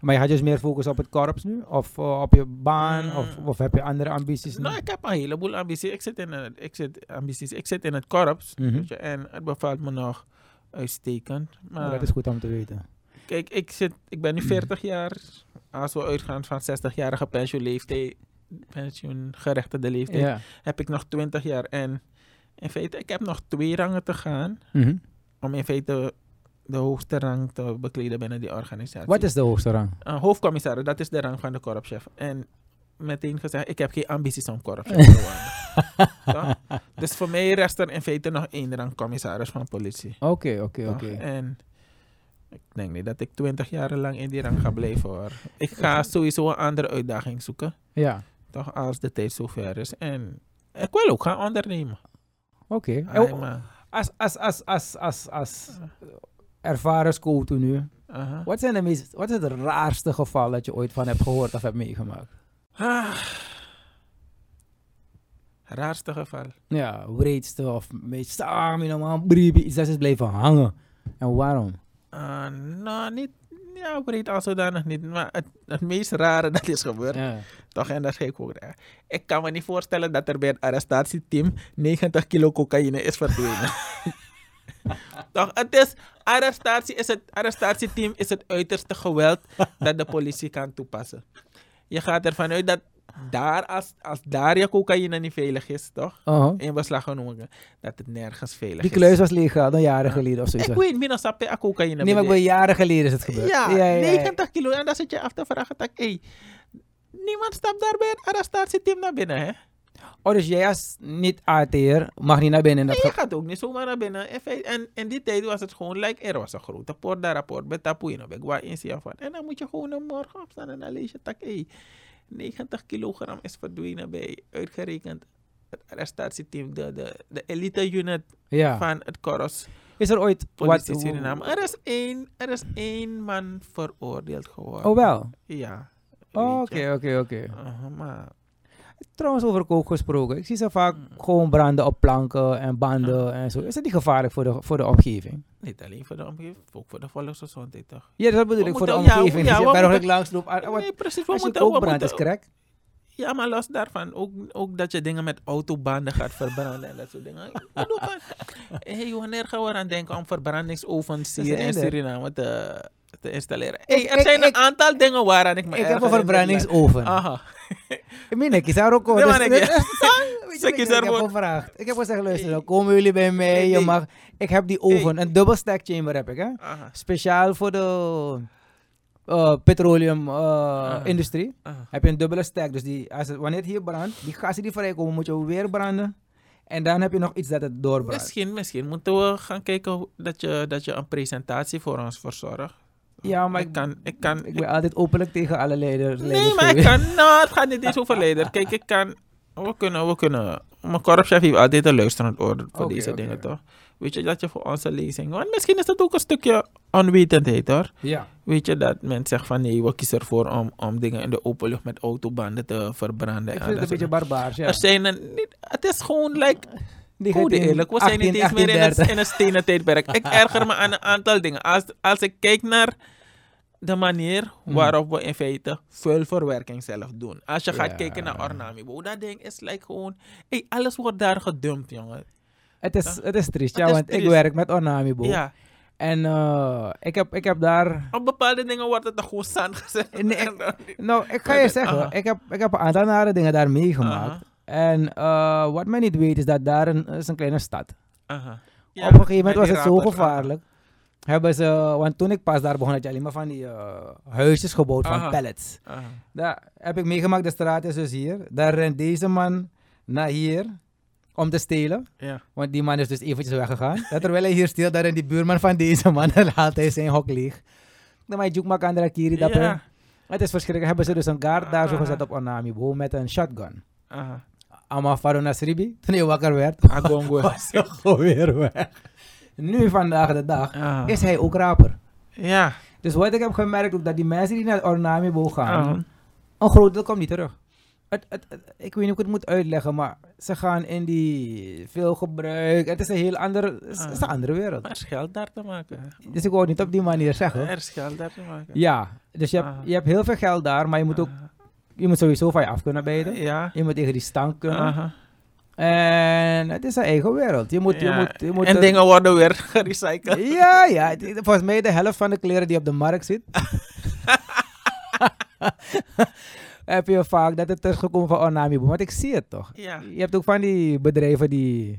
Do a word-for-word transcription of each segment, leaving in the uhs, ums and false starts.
Maar je gaat dus meer focussen op het korps nu? Of uh, op je baan? Mm. Of, of heb je andere ambities nu? Nou, ik heb een heleboel ambities. Ik zit in het, ik zit, ambities. Ik zit in het korps. Mhm. Weet je, en het bevalt me nog uitstekend. Maar Oh, dat is goed om te weten. kijk, ik, zit, ik ben nu veertig jaar. Als we uitgaan van zestigjarige pensioenleeftijd, pensioengerechtigde leeftijd, Ja. heb ik nog twintig jaar. En in feite, ik heb nog twee rangen te gaan. Mhm. Om in feite de hoogste rang te bekleden binnen die organisatie. Wat is de hoogste rang? Een hoofdcommissaris, dat is de rang van de korpschef. En meteen gezegd, ik heb geen ambities om korpschef te worden. Toch? Dus voor mij rest er in feite nog één rang commissaris van politie. Oké, oké, Toch? oké. En ik denk niet dat ik twintig jaar lang in die rang ga blijven hoor. Ik ga sowieso een andere uitdaging zoeken. Ja, Toch, als de tijd zover is. En ik wil ook gaan ondernemen. oké. Ai, Oh, man. Als, als, als, als, als, als ervaren scout nu, Aha. wat zijn de meest, wat is het raarste geval dat je ooit van hebt gehoord of hebt meegemaakt? Ah. Raarste geval. Ja, wreedste of meest samen normaal briefje, iets dat is blijven hangen. En waarom? Uh, nou, niet. Ja, breed als zodanig niet. Maar het, het meest rare dat is gebeurd. Ja. Toch, en dat is ik ook. raar. Ik kan me niet voorstellen dat er bij het arrestatieteam negentig kilo cocaïne is verdwenen. Toch, het is, arrestatie is het, arrestatieteam is het uiterste geweld dat de politie kan toepassen. Je gaat ervan uit dat daar, als, als daar je cocaïne niet veilig is, toch? Uh-huh. In beslag genomen, dat het nergens veilig Die is. kluis was legaal, dan jaren Ja. geleden of zoiets. Ik weet niet, nog sappe a cocaïne. Nee, maar ik bij ben jaren geleden is het gebeurd. Ja, ja, ja. negentig kilo. En dan zit je af te vragen, tak, hey, niemand stapt daar bij het arrestatieteam naar binnen, hè? Oh, dus jij als niet-A T'er mag niet naar binnen. Dat En je ge- gaat ook niet zomaar naar binnen. In feite- En in die tijd was het gewoon, like, er was een grote poort, daar rapport, bij tapoeïne, bij waar in van. En dan moet je gewoon een morgen opstaan en dan lees je, tak, hey, negentig kilogram is verdwenen bij, uitgerekend, het arrestatieteam, de, de, de elite unit ja. van het korps. Is er ooit Politie wat? Suriname. Er is één, er is één man veroordeeld geworden. Oh, wel. Ja. Oh, weet je. Oké, oké, oké. Uh-huh, maar Trouwens, over kook gesproken. Ik zie ze vaak Mm. gewoon branden op planken en banden en zo. Is dat niet gevaarlijk voor de, voor de omgeving? niet alleen voor de omgeving, ook voor de volksgezondheid toch? Ja, dat bedoel We ik, voor de moeten- ja, omgeving. ja, Als je we per ongeluk moeten- langs loopt. ah, wat- Nee, precies. We Als je moeten, we kook brandt, is moeten, correct. ja, maar los daarvan, ook, ook dat je dingen met autobanden gaat verbranden en dat soort dingen. Ik bedoel van, hey, wanneer gaan we eraan denken om verbrandingsovens Dat is hier in einde. Suriname te, te installeren? Hey, Ik- er ik- zijn een ik- aantal dingen waaraan ik me Ik heb erger een in verbrandingsoven. dit land- Aha. Ik meen, ik is daar ook Nee, dus- maar ik- dus- dus- weet je, Zeg ik- je ik daar heb gewoon- gevraagd. Ik heb gezegd, luister, Hey. dan komen jullie bij mij. Hey, Je hey. mag, ik heb die oven, Hey. een dubbel stack chamber heb ik, hè? Aha. Speciaal voor de uh, petroleum uh, industrie. Aha. Heb je een dubbele stack. Dus die, als het, wanneer het hier brandt, die gassen die vrijkomen, moet je weer branden. En dan heb je nog iets dat het doorbrandt. Misschien, misschien moeten we gaan kijken hoe- dat je, dat je een presentatie voor ons verzorgt. Ja, maar ik ik, kan, ik kan, ik ben altijd openlijk tegen alle leiders. nee, leiders maar ik geweest. kan, nou, het gaat niet eens over leider. Kijk, ik kan, we kunnen, we kunnen, mijn korpschef heeft altijd een luisterend oor voor Oké, deze oké. dingen, toch? Weet je, dat je voor onze lezing, want misschien is dat ook een stukje onwetendheid, hoor. Ja. Weet je, dat men zegt van, nee, we kiezen ervoor om, om dingen in de openlucht met autobanden te verbranden. Ik en vind het dat een beetje soort barbaars, ja. dingen. Er zijn een, niet, het is gewoon, like, Die Goed gaat in eerlijk, we zijn niet eens meer in het, achttien dertig. in het stenen tijdperk. Ik erger me aan een aantal dingen. Als, als ik kijk naar de manier Hmm. waarop we in feite vulverwerking zelf doen. Als je gaat Ja. kijken naar Ornamibo, dat ding is like gewoon... Hey, alles wordt daar gedumpt, jongen. Het is, het is triest, ja, Het is want ik triest. werk met Ornamibo. Ja, En eh, ik, heb, ik heb daar... op bepaalde dingen wordt het er gewoon zand gezet. Nee, En dan- Nou, ik ga je zeggen, Aha. ik heb, ik heb een aantal nare dingen daar meegemaakt. Aha. En eh, wat men niet weet is dat daar een, is een kleine stad. Aha. Ja, Op een gegeven moment met was die het zo rappers, gevaarlijk. Hebben ze, want toen ik pas daar begon, had je alleen maar van die eh, huisjes gebouwd van Aha. pallets. aha. Aha. Daar heb ik meegemaakt, de straat is dus hier. Daar rent deze man naar hier om te stelen. Ja. Want die man is dus eventjes weggegaan. Dat terwijl hij hier steelt, daar rent die buurman van deze man en haalt hij zijn hok leeg. Dan maar juk mak andere kiri dapper. Ja. Het is verschrikkelijk. Hebben ze dus een guard daar zo Aha. gezet op Onamibo met een shotgun. Aha. Ama Faro Nasribi, toen hij wakker werd, Agongo. was hij gewoon weer weg. Nu vandaag de dag Aha. is hij ook raper. Ja. Dus wat ik heb gemerkt ook, dat die mensen die naar Ornamibo gaan, Aha. een groot deel komt niet terug. Het, het, het- ik weet niet hoe ik het moet uitleggen, maar ze gaan in die veel gebruik. Het is een heel andere, het is, het is een andere wereld. Er is geld daar te maken. Dus ik wou het niet op die manier zeggen. Er is geld daar te maken. Ja, Dus je hebt, Aha. je hebt heel veel geld daar, maar je moet ook, Aha. je moet sowieso van je af kunnen bijten. Ja. Je moet tegen die stank kunnen. Aha. En het is een eigen wereld. Je moet, je Ja, moet, je moet en er- dingen worden weer gerecycled. Ja, ja. het- Volgens mij de helft van de kleren die op de markt zit. heb je vaak dat het teruggekomen van Ornami. Want ik zie het toch. Ja. Je hebt ook van die bedrijven die...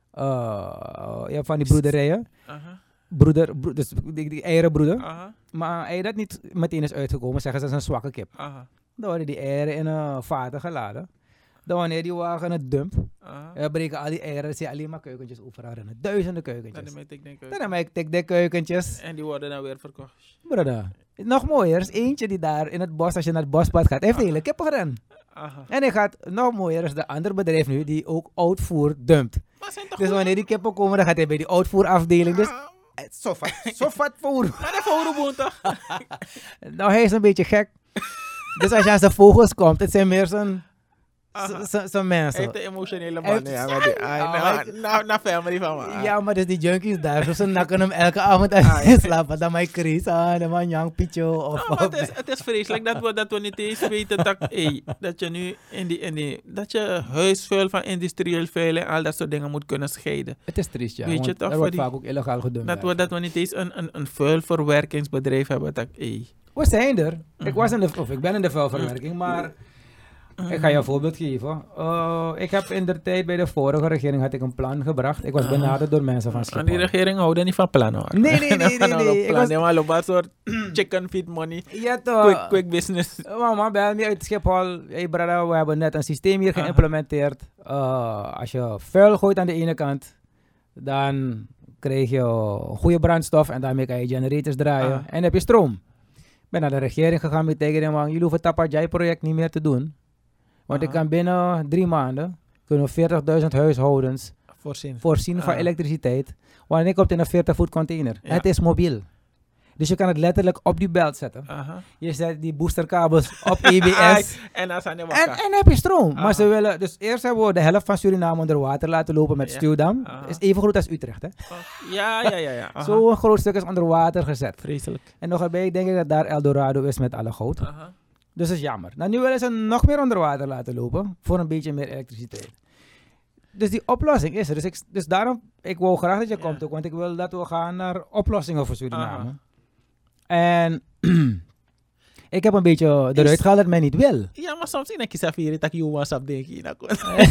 eh, je hebt van die broederijen. Aha. Broeder, bro- dus die, die eierenbroeder. Aha. Maar als je dat niet meteen is uitgekomen, zeggen ze dat is een zwakke kip. Aha. Dan worden die eieren in een vaten geladen. Dan wanneer die wagen het dump, Aha. uh, breken al die eieren, dan zie je alleen maar keukentjes overal rennen. Duizenden Dat keukentjes. is met ik denk ook. Dan heb ik tik de keukentjes. En die worden dan weer verkocht. Brother. Nog mooier, er is eentje die daar in het bos, als je naar het bospad gaat, heeft de hele kippen gerend. Aha. En hij gaat nog mooier, is de andere bedrijf nu, die ook oudvoer dumpt. Maar zijn toch Dus goed? wanneer die kippen komen, dan gaat hij bij die oudvoerafdeling. Dus Ah, het is zo vat, zo vat voer. Maar even horen toch? Nou, hij is een beetje gek. Dus als je aan zijn vogels komt, het zijn meer zijn, Aha. zijn- zijn zijn Hij mensen. heeft de emotionele Hij man. heeft- Ja, maar die, ah, Ja, nou, maar- nou, nou, family van me. Ja, maar dus die junkies daar, zo ze nakken hem elke avond als Ah, hij ja. slaapt. Dan mijn Chris, ah, dan mijn Jan Picho. Of, Nou, maar het, of- is, het is vreselijk dat we, dat we niet eens weten dat, hey, dat je nu in die, in die, dat je huisvuil van industrieel vuil en al dat soort dingen moet kunnen scheiden. Het is triest, ja. Weet je want toch, er voor wordt die- vaak ook illegaal gedumpt. Dat we, daar. dat we niet eens een, een, een vuilverwerkingsbedrijf hebben. Dat, hey. We zijn er. Ik, Mhm. was in de, of ik ben in de vuilverwerking, maar ik ga je een voorbeeld geven. Uh, ik heb in de tijd bij de vorige regering had ik een plan gebracht. Ik was benaderd door mensen van En Schiphol. die regering houden niet van plannen hoor. Nee, nee, nee, nee, nee. Ik Plan, was- die hebben een soort chicken feed money. Ja toch. Quick, quick business. Uh, Mama, bel me uit Schiphol. Hey brada, we hebben net een systeem hier Aha. geïmplementeerd. Uh, als je vuil gooit aan de ene kant, dan krijg je goede brandstof en daarmee kan je generators draaien. Aha. En dan heb je stroom. Ik ben naar de regering gegaan met tegen hem, man, jullie hoeven het Tapajai-project niet meer te doen. Want ik Aha. kan binnen drie maanden, kunnen we veertigduizend huishoudens Voorzien. voorzien van Ah. elektriciteit. Wanneer komt in een veertig voet container. Ja. Het is mobiel. Dus je kan het letterlijk op die belt zetten. Aha. Je zet die boosterkabels op E B S. En dan zijn die En, wakker. en heb je stroom. Aha. Maar ze willen, dus eerst hebben we de helft van Suriname onder water laten lopen met Ja. Stuwdam. Aha. Is even groot als Utrecht, hè? Ja, ja, ja. ja. Aha. Zo'n groot stuk is onder water gezet. Vreselijk. En nog erbij denk ik dat daar Eldorado is met alle goud. Aha. Dus dat is jammer. Nou, nu willen ze nog meer onder water laten lopen voor een beetje meer elektriciteit. Dus die oplossing is er. Dus, ik, dus daarom, ik wil graag dat je Ja. komt ook, want ik wil dat we gaan naar oplossingen voor Suriname. Aha. En ik heb een beetje eruit Is- gehaald dat men niet wil. Ja, maar soms in een kies afvieren dat je WhatsApp denk je. Nou,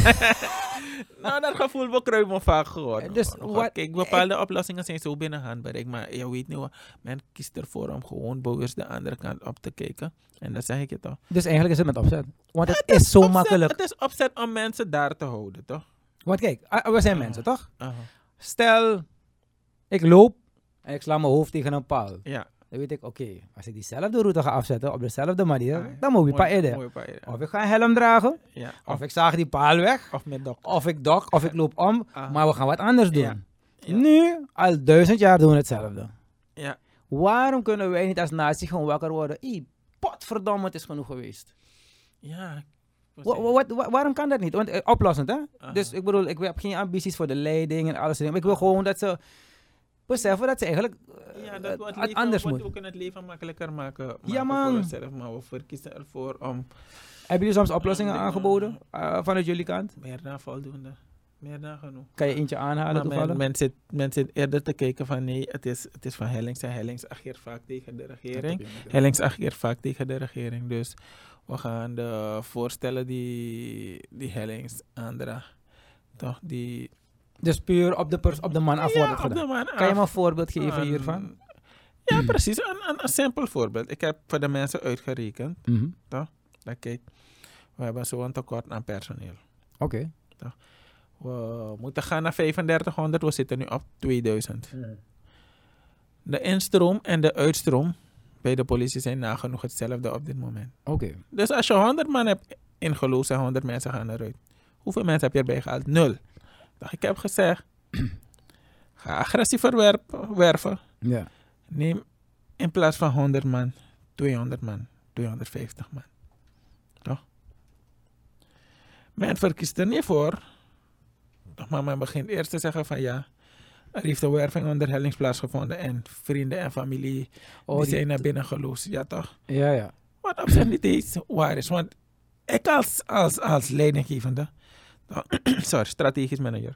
nou, dat gevoel bekruipt me vaak gewoon. Dus Gewoon, wat- Kijk, bepaalde oplossingen zijn zo binnen handbereik. Maar je weet niet, wat, men kiest ervoor om gewoon bewust de andere kant op te kijken. En dat zeg ik je toch. Dus eigenlijk is het met opzet. Want het is zo Opzet- makkelijk. Het is opzet om mensen daar te houden, toch? Want kijk, ah, we zijn Ah. mensen, toch? Aha. Stel, ik loop en ik sla mijn hoofd tegen een paal. Ja. Dan weet ik, oké, als ik diezelfde route ga afzetten op dezelfde manier, Ah, ja. dan moet ik Mooi- paeden. mooi paeden. Of ik ga een helm dragen, Ja. of Of, ik zaag die paal weg, of met dok. of ik dok, of ik loop om. Ah. Maar we gaan wat anders doen. Ja. Ja. Nu, al duizend jaar doen we hetzelfde. Ja. Waarom kunnen wij niet als natie gewoon wakker worden? Ie, potverdomme, het is genoeg geweest. Ja. Wa- wa- wat- wa- waarom kan dat niet? Want eh, oplossend, hè? Aha. Dus ik bedoel, ik heb geen ambities voor de leiding en alles. Maar ik wil gewoon dat ze beseffen dat ze eigenlijk eh, Ja, dat we het het leven, anders want moet. we kunnen het leven makkelijker maken, maken Ja, man. voor onszelf, maar we verkiezen ervoor om Hebben jullie soms oplossingen Ja, aangeboden uh, vanuit jullie kant? meer dan voldoende. Meer dan genoeg. Kan je eentje aanhalen Maar toevallig? men, men, zit, men zit eerder te kijken van nee, het is, het is van Hellings en Hellings ageert vaak tegen de regering. Hellings ageert vaak tegen de regering, dus we gaan de voorstellen die, die Hellings aandraagt, toch, die... Dus puur op de, pers- op de man af wordt het op de gedaan. man Kan je af. me een voorbeeld geven Een- hiervan? Ja, precies. Een, een, een simpel voorbeeld. Ik heb voor de mensen uitgerekend. Mhm. Dat kijk, we hebben zo'n tekort aan personeel. Oké. We moeten gaan naar vijfendertighonderd, we zitten nu op tweeduizend. De instroom en de uitstroom bij de politie zijn nagenoeg hetzelfde op dit moment. Oké. Dus als je honderd man hebt ingeloosd en honderd mensen gaan eruit. Hoeveel mensen heb je erbij gehaald? Nul. Dus ik heb gezegd, ga agressiever werpen, werven. Ja. Neem in plaats van honderd man, tweehonderd man, tweehonderdvijftig man. Toch? Men verkiest er niet voor. Toch, maar men begint eerst te zeggen van ja, Er heeft een werving onder Hellings plaatsgevonden en vrienden en familie Oh, die die- zijn naar binnen geloosd. Ja toch? Ja, ja. Wat op zich niet eens waar is. Want ik als, als, als leidinggevende, sorry, strategisch manager.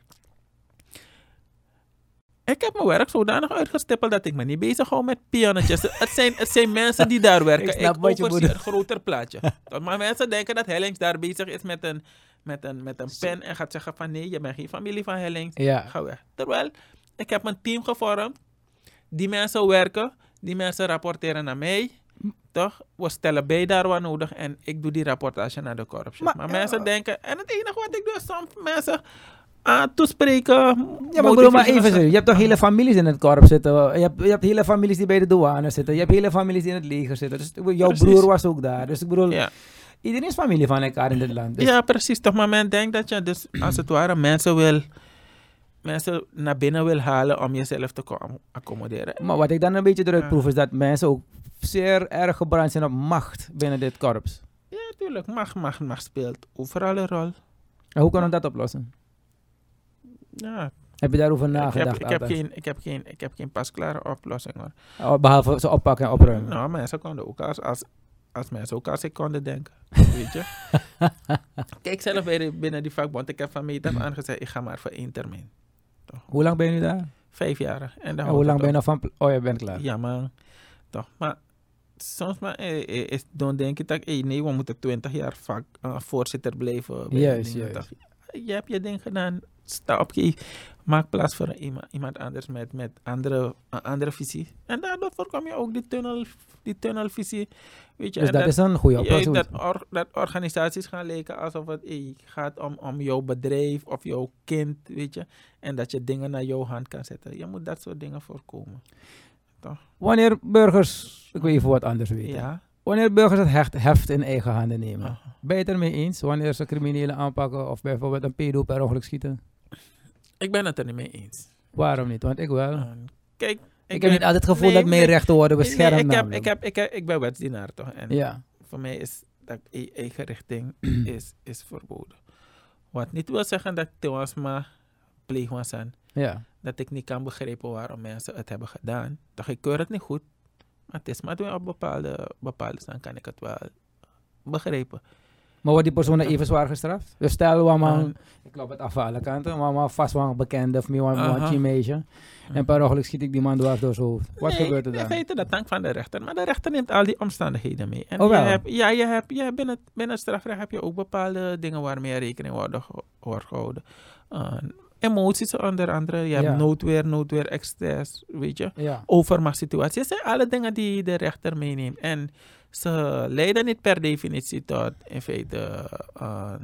Ik heb mijn werk zodanig uitgestippeld dat ik me niet bezig hou met piannetjes. Het zijn, het zijn mensen die daar werken. Ik Ik, snap wat je overzie bedoelt. een groter plaatje. Maar mensen denken dat Hellings daar bezig is met een, met, een, met een pen en gaat zeggen van nee, je bent geen familie van Hellings. Ja. Ga weg. Terwijl, ik heb een team gevormd. Die mensen werken. Die mensen rapporteren naar mij. Toch? We stellen bij daar wat nodig. En ik doe die rapportage naar de korps. Maar, Maar, mensen ja. denken... En het enige wat ik doe is soms mensen aan toespreken. Ja, maar ik bedoel maar even motiveren. zo. Je hebt toch hele families in het korps zitten. Je hebt, je hebt hele families die bij de douane zitten. Je hebt hele families die in het leger zitten. Dus ik bedoel, jouw Precies. broer was ook daar. Dus ik bedoel, Ja. iedereen is familie van elkaar in dit land. Dus Ja, precies. Toch, maar men denkt dat je dus als het ware mensen wil... Mensen naar binnen wil halen om jezelf te ko- accommoderen. Maar wat ik dan een beetje eruit Ja. proef is dat mensen ook zeer erg gebrand zijn op macht binnen dit korps. Ja, tuurlijk. Mag, mag, mag speelt overal een rol. En hoe kan we dat oplossen? Ja, Heb je daarover ik heb, nagedacht? ik, heb altijd? geen, ik, heb geen, ik heb geen pasklare oplossing hoor. Oh, behalve ze oppakken en opruimen. Nou, mensen konden ook als, als, als mensen ook als ik konden denken. Weet je? Kijk, zelf bij de, binnen die vakbond. Ik heb van meet af aan gezegd, ik ga maar voor één termijn. Hoe lang ben je nu daar? Vijf jaar. En, dan En hoe lang ben je nog van... pl- Oh, je bent klaar. Ja, man. Toch, maar soms maar, eh, eh, is, dan denk ik dat, eh, nee, we moeten twintig jaar vak, uh, voorzitter blijven. bij Juist, dingen. juist. Toch, je hebt je ding gedaan, sta op, je, maak plaats voor iemand, iemand anders met, met andere, een andere visie. En daardoor voorkom je ook die, tunnel, die tunnelvisie. Weet je, Dus en dat is een goede ja, oplossing. dat, or, dat organisaties gaan lijken alsof het eh, gaat om, om jouw bedrijf of jouw kind, weet je. En dat je dingen naar jouw hand kan zetten. Je moet dat soort dingen voorkomen. Wanneer burgers... Ik wil even wat anders weten. Ja. Wanneer burgers het hecht, heft in eigen handen nemen. Ah. Ben je het ermee eens? Wanneer ze criminelen aanpakken of bijvoorbeeld een pedo per ongeluk schieten? Ik ben het er niet mee eens. Waarom niet? Want ik wel. Uh, kijk, ik, ik, heb niet altijd het gevoel nee, dat mijn nee, rechten worden nee, beschermd. ik, heb, namelijk. ik, heb, ik, heb, ik ben wetsdienaar toch? En Ja. voor mij is dat e- eigen richting is, is verboden. Wat niet wil zeggen dat ik maar pleeg was aan. Ja. Dat ik niet kan begrijpen waarom mensen het hebben gedaan. Toch, ik keur het niet goed. Maar het is maar door op bepaalde, bepaalde staan kan ik het wel begrijpen. Maar wordt die persoon even zwaar gestraft? Dus stel, we man, Ah. ik loop het af van alle kanten, maar maar vast wel een bekende of meer Aha. een meisje. En per ongeluk schiet ik die man dwars door zijn hoofd. Wat Nee, gebeurt er in dan? feite, dat hangt van de rechter. Maar de rechter neemt al die omstandigheden mee. En Oh, je wel? hebt, ja, je hebt, je hebt binnen, binnen het strafrecht heb je ook bepaalde dingen waarmee rekening worden ge- wordt gehouden. Uh, emoties onder andere. Je hebt Ja. noodweer, noodweer, excess, weet je. Ja. Overmachtssituaties. Dat zijn alle dingen die de rechter meeneemt. En ze leiden niet per definitie tot in feite uh,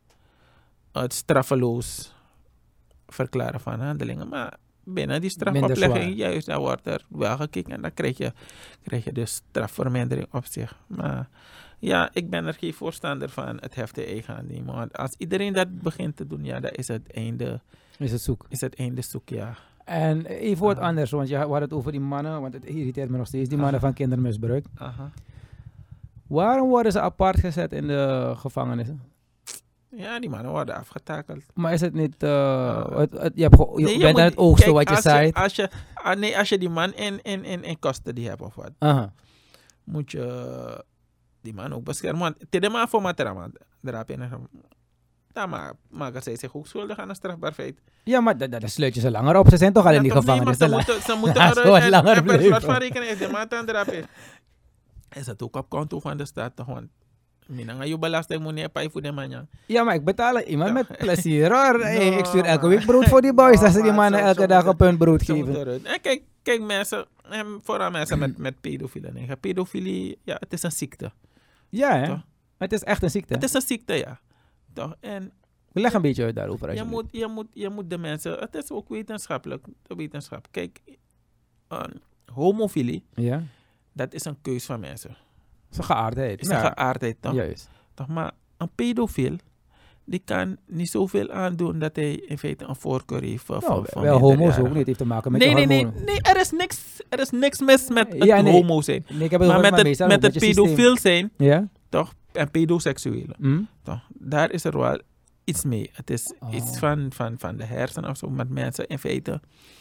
het straffeloos verklaren van handelingen. Maar binnen die Minder strafoplegging, zwaar. juist, daar wordt er wel gekeken. En dan krijg je, krijg je dus strafvermindering op zich. Maar ja, ik ben er geen voorstander van het heft in eigen hand nemen. Want als iedereen dat begint te doen, ja, dan is het einde, Is het zoek. is het einde zoek, ja. En even wat Ah. anders, want je had het over die mannen, want het irriteert me nog steeds, die mannen Ah. van kindermisbruik. Aha. Waarom worden ze apart gezet in de gevangenissen? Ja, die mannen worden afgetakeld. Maar is het niet, eh, Ah. het, het- je, hebt ge- je Nee, je bent moet- aan het oogsten kijk, wat je als zei. Als je, ah, nee, als je die man in, in, in, in custody hebt of wat, Aha. moet je die man ook beschermen. Want het maar voor matraman, daarop in dan ma- maken zij zich ook schuldig aan een strafbaar feit. Ja, maar da- da- dan sluit je ze langer op. Ze zijn toch al in die Ja, toch, nee, gevangenis. maar te ze la- moeten, ze moeten Ja, eruit ze wat en- langer en per blijven. slot van rekening is de maat aan erop in. Is dat ook op konto van de staat toch? Want minanga je belasting moet niet bij voor de man. Ja. Ja, maar ik betaal iemand Ja. met plezier hoor. Hey, No, ik stuur elke man. week brood voor die boys No, als ze die man, mannen zo- elke zo dag moet een punt brood Ze moeten geven. eruit. En kijk, kijk mensen, en vooral mensen met, met pedofielen. Nee. Pedofilie, ja, het is een ziekte. Ja, hè? Toch? Het is echt een ziekte. Het is een ziekte, ja. Toch? En Leg een beetje uit daarover. je alsjeblieft. moet, je, moet, je moet de mensen... Het is ook wetenschappelijk. De wetenschap. Kijk, uh, homofilie, Ja, dat is een keus van mensen. het is een geaardheid. Het is een Ja, geaardheid, toch? juist. toch? Maar een pedofiel, die kan niet zoveel aandoen dat hij in feite een voorkeur heeft voor, Nou, voor, voor wel homo's ook minderjarigen. niet. Het heeft te maken met Nee, de nee, nee, hormonen. nee, er is niks, er is niks mis met het Ja, nee. homo zijn. Nee, ik heb het Maar over met het, meestal met ook, het je systeem. pedofiel zijn, Ja? toch? En pedoseksuelen, Hm? toch? Daar is er wel iets mee. Het is Oh. iets van, van, van de hersenen of zo, met mensen in feite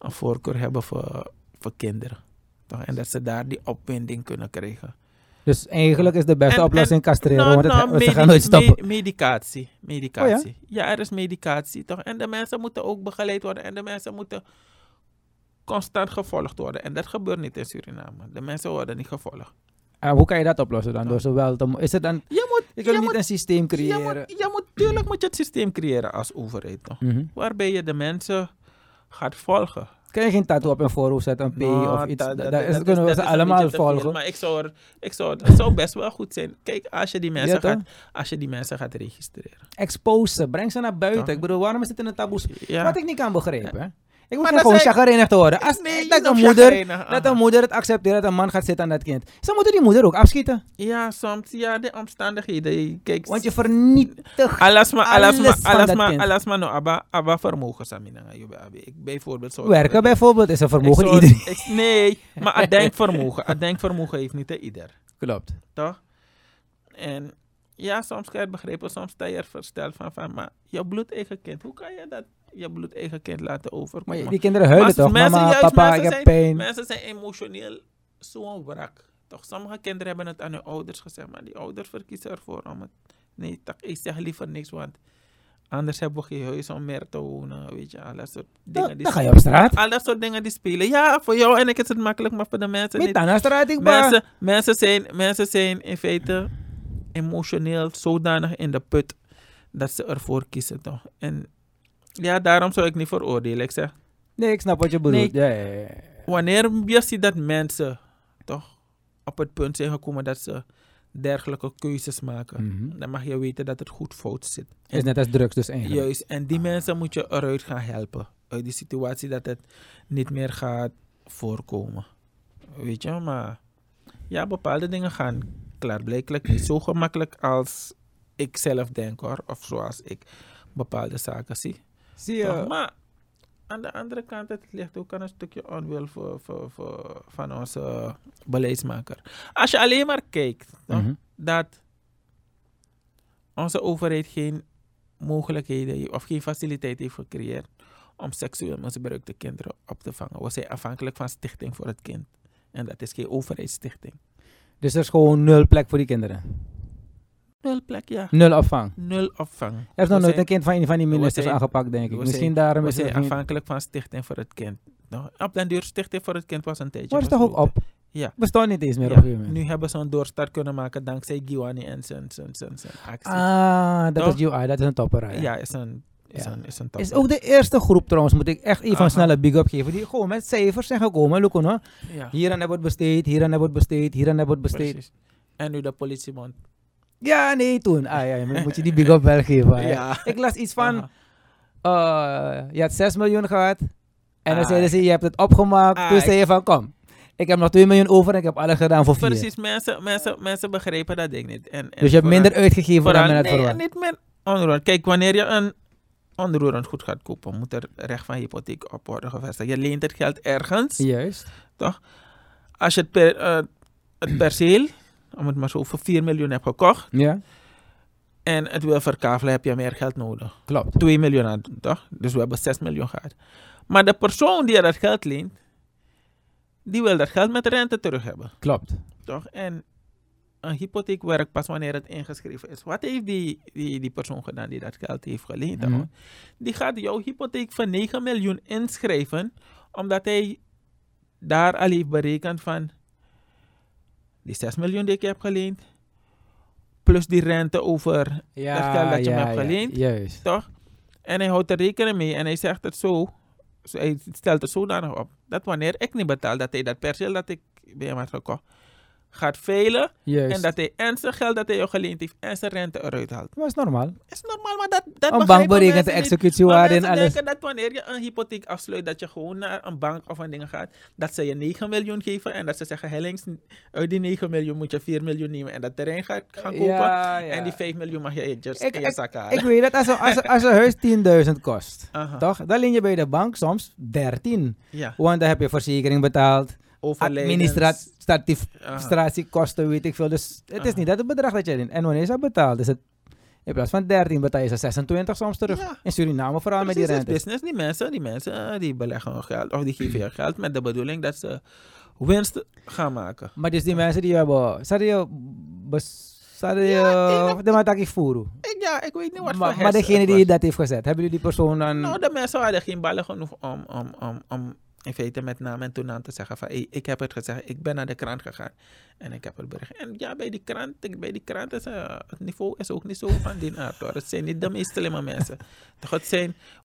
een voorkeur hebben voor, voor kinderen. Toch? En dat ze daar die opwinding kunnen krijgen. Dus eigenlijk is de beste En- oplossing castreren, Nou, want, het, nou, want ze medi- gaan nooit stoppen. me- medicatie. medicatie. ja? er is medicatie toch? En de mensen moeten ook begeleid worden. En de mensen moeten constant gevolgd worden. En dat gebeurt niet in Suriname. De mensen worden niet gevolgd. En hoe kan je dat oplossen dan? Door zowel te, is het dan, Je moet, je kan je niet moet, een systeem je creëren. moet, je moet, tuurlijk moet je het systeem creëren als overheid. Toch? Mhm. Waarbij je de mensen gaat volgen. Kan je geen tattoo op een voorhoofd zetten, een P Nou, of iets? dat- Dat, dat- dat, dat is- kunnen we dat ze is een allemaal beetje te veel, volgen. Maar ik zou, er, ik zou, het zou best wel goed zijn. Kijk, als je die mensen, Ja, toch? gaat, als je die mensen gaat registreren. Expose ze, breng ze naar buiten. Toch? Ik bedoel, waarom is het in een taboe? Ja. Wat ik niet kan begrijpen, hè? Ik Maar moet dat gewoon zijn- chagrijnig te worden. Als, Nee, je dat, een hoeft moeder, chagrijnig, dat aha. een moeder het accepteert dat een man gaat zitten aan dat kind. Ze moeten die moeder ook afschieten. Ja, soms. Ja, de omstandigheden. Kijk, Want je vernietigt alles maar, alles maar, alles van alles dat maar, kind. alles maar, no, abba, abba vermogen, Samina. Ik bijvoorbeeld zo. werken bijvoorbeeld. Is een vermogen Ik zou- iedereen. ik- Nee, maar het denkvermogen. Het denkvermogen heeft niet ieder. Klopt. Toch? En ja, soms kan je het begrijpen, soms sta je er versteld van, van, maar je bloedeigen kind, hoe kan je dat je bloedeigen kind laten Maar overkomen? je- die kinderen huilen Maar toch? mensen- Mama, juist, papa, ik mensen heb zijn- pijn. Mensen zijn emotioneel zo'n wrak. Toch, sommige kinderen hebben het aan hun ouders gezegd, maar die ouders verkiezen ervoor om het. Nee, tak, ik zeg liever niks, want anders hebben we geen huis om meer te wonen, weet je, al dat soort dingen. Dan die dan ga je op straat. Al dat soort dingen die spelen. Ja, voor jou en ik is het makkelijk, maar voor de mensen Met niet. dan naar straat, ik ben. Mensen, mensen, zijn, mensen zijn in feite emotioneel zodanig in de put dat ze ervoor kiezen, toch? En ja, daarom zou ik niet veroordelen. Ik zeg, Nee, ik snap wat je bedoelt. Nee. Ja, ja, ja. wanneer je ziet dat mensen toch op het punt zijn gekomen dat ze dergelijke keuzes maken, Mhm. dan mag je weten dat het goed fout zit. Is net als drugs dus eigenlijk. Juist, en die mensen moet je eruit gaan helpen. Uit die situatie dat het niet meer gaat voorkomen. Weet je, maar ja, bepaalde dingen gaan klaarblijkelijk niet zo gemakkelijk als ik zelf denk hoor. Of zoals ik bepaalde zaken zie. Zie Toch? je? Maar aan de andere kant, het ligt ook aan een stukje onwil voor, voor, voor, van onze beleidsmaker. Als je alleen maar kijkt, toch, Mhm. dat onze overheid geen mogelijkheden heeft, of geen faciliteit heeft gecreëerd om seksueel misbruikte kinderen op te vangen. We zijn afhankelijk van Stichting voor het Kind. En dat is geen overheidsstichting. Dus er is gewoon nul plek voor die kinderen. Nul plek, ja. Nul opvang. Nul opvang. Er is We nog nooit zijn- een kind van een van die we ministers zijn- aangepakt, denk ik. we Misschien zijn- daarom We is er zijn geen... afhankelijk van Stichting voor het Kind. Nou, op den duur Stichting voor het Kind was een tijdje. Maar is toch ook gesloten. op? Ja. Bestond niet eens meer Ja, op een gegeven moment. nu hebben ze een doorstart kunnen maken dankzij Giovanni en zijn, zijn, zijn, zijn actie. Ah, dat Toch? is U I, dat is een topper. Ja. Ja, is een, is Ja. een, is een top. Is ook de eerste groep trouwens, moet ik echt even Aha. een snelle big-up geven. Die gewoon met cijfers zijn gekomen. Look, hoor. Ja, Hier aan hebben we het besteed, hier aan hebben we het besteed, hier aan hebben we het besteed. precies. En nu de politiebond. Ja, nee, toen. Ah, ja, ja, moet je die big-up wel geven. Ja. Ja. Ik las iets van, Aha. uh, je had zes miljoen gehad. En dan Ah. zeiden ze, je hebt het opgemaakt. Ah, Toen ik- zei je van, kom. Ik heb nog twee miljoen over en ik heb alles gedaan voor vier. Precies, mensen, mensen, mensen begrijpen dat ding niet. En, en Dus je hebt vooral- minder uitgegeven dan vooral- men het nee, verwacht. niet meer onroerend. Kijk, wanneer je een onroerend goed gaat kopen, moet er recht van hypotheek op worden gevestigd. Je leent het geld ergens. Juist. Als je het, per, eh, het perceel, om het maar zo, voor vier miljoen hebt gekocht Ja, en het wil verkavelen, heb je meer geld nodig. klopt. twee miljoen aan doen, toch? Dus we hebben zes miljoen gehad. Maar de persoon die je dat geld leent, die wil dat geld met rente terug hebben, Klopt. toch? En een hypotheek werkt pas wanneer het ingeschreven is. Wat heeft die, die, die persoon gedaan die dat geld heeft geleend? Mhm. hoor? Die gaat jouw hypotheek van negen miljoen inschrijven, omdat hij daar al heeft berekend van die zes miljoen die ik heb geleend, plus die rente over Ja, dat geld dat je ja, me hebt ja, geleend. Juist. Toch? En hij houdt er rekening mee en hij zegt het zo, zo- hij stelt het zodanig op, dat wanneer ik niet betaal, dat hij dat perceel dat ik bij hem had gekocht, gaat veilen Juist. en dat hij en zijn geld dat hij jou geleend heeft en zijn rente eruit haalt. Dat is normaal. Is normaal, maar dat, dat Een bank begrijpen berekent de mensen niet. executiewaarde Maar en mensen alles. denken dat wanneer je een hypotheek afsluit, dat je gewoon naar een bank of een ding gaat, dat ze je negen miljoen geven en dat ze zeggen, Hellings, uit die negen miljoen moet je vier miljoen nemen en dat terrein gaat gaan kopen. Ja, ja. En die vijf miljoen mag je in je, Ik- in je zak halen. Ik weet dat als een, als een, als een huis tienduizend kost, Aha. toch? Dan leen je bij de bank soms dertien. Ja. Want dan heb je verzekering betaald, Overlijdens. administratiekosten, Aha. administratiekosten, weet ik veel. Dus het is Aha. niet dat het bedrag dat je leent. En wanneer is dat betaald? Is het In plaats van dertien betaal je zesentwintig soms terug. Ja. In Suriname vooral met die Precies, het rentes. business. Die mensen, die mensen die beleggen hun geld of die geven je geld met de bedoeling dat ze winst gaan maken. Maar dus die mensen die hebben... Zouden je... bes- Zouden Ja, je... De mataki voeren. Ik, ja, ik weet niet wat Maar, voor maar hersen degene het die was. dat heeft gezet, hebben jullie die persoon dan... Nou, de mensen hadden geen ballen genoeg om, om, om, om in feite met naam en toenaam te zeggen van hey, ik heb het gezegd, ik ben naar de krant gegaan en ik heb het bericht. En ja, bij die krant, bij die krant is uh, het niveau is ook niet zo van die aard hoor. Het zijn niet de meest slimme mensen. Toch, het zijn